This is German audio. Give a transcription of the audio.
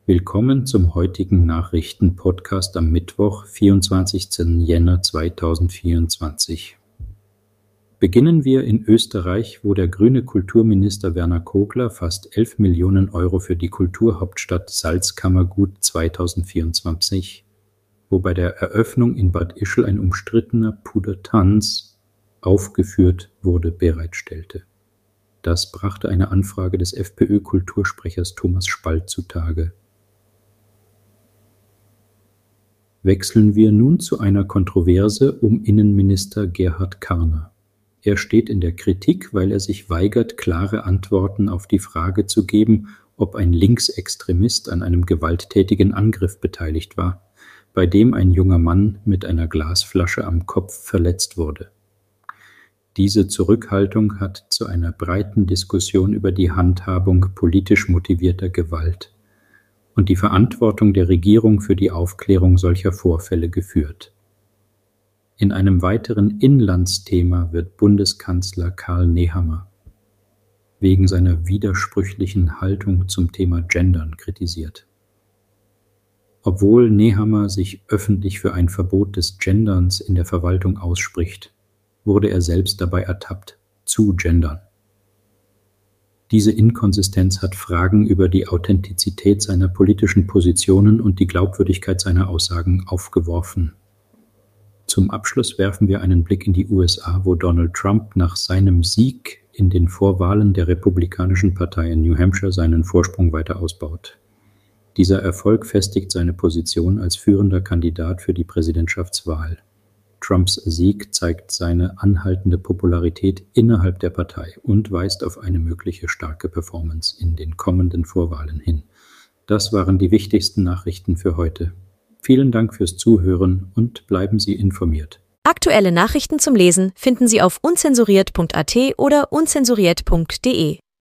Willkommen zum heutigen Nachrichten-Podcast am Mittwoch, 24. Jänner 2024. Beginnen wir in Österreich, wo der grüne Kulturminister Werner Kogler fast 11 Millionen Euro für die Kulturhauptstadt Salzkammergut 2024, wo bei der Eröffnung in Bad Ischl ein umstrittener Pudertanz aufgeführt wurde, bereitstellte. Das brachte eine Anfrage des FPÖ-Kultursprechers Thomas Spalt zutage. Wechseln wir nun zu einer Kontroverse um Innenminister Gerhard Karner. Er steht in der Kritik, weil er sich weigert, klare Antworten auf die Frage zu geben, ob ein Linksextremist an einem gewalttätigen Angriff beteiligt war, bei dem ein junger Mann mit einer Glasflasche am Kopf verletzt wurde. Diese Zurückhaltung hat zu einer breiten Diskussion über die Handhabung politisch motivierter Gewalt und die Verantwortung der Regierung für die Aufklärung solcher Vorfälle geführt. In einem weiteren Inlandsthema wird Bundeskanzler Karl Nehammer wegen seiner widersprüchlichen Haltung zum Thema Gendern kritisiert. Obwohl Nehammer sich öffentlich für ein Verbot des Genderns in der Verwaltung ausspricht, wurde er selbst dabei ertappt, zu gendern. Diese Inkonsistenz hat Fragen über die Authentizität seiner politischen Positionen und die Glaubwürdigkeit seiner Aussagen aufgeworfen. Zum Abschluss werfen wir einen Blick in die USA, wo Donald Trump nach seinem Sieg in den Vorwahlen der Republikanischen Partei in New Hampshire seinen Vorsprung weiter ausbaut. Dieser Erfolg festigt seine Position als führender Kandidat für die Präsidentschaftswahl. Trumps Sieg zeigt seine anhaltende Popularität innerhalb der Partei und weist auf eine mögliche starke Performance in den kommenden Vorwahlen hin. Das waren die wichtigsten Nachrichten für heute. Vielen Dank fürs Zuhören und bleiben Sie informiert. Aktuelle Nachrichten zum Lesen finden Sie auf unzensuriert.at oder unzensuriert.de.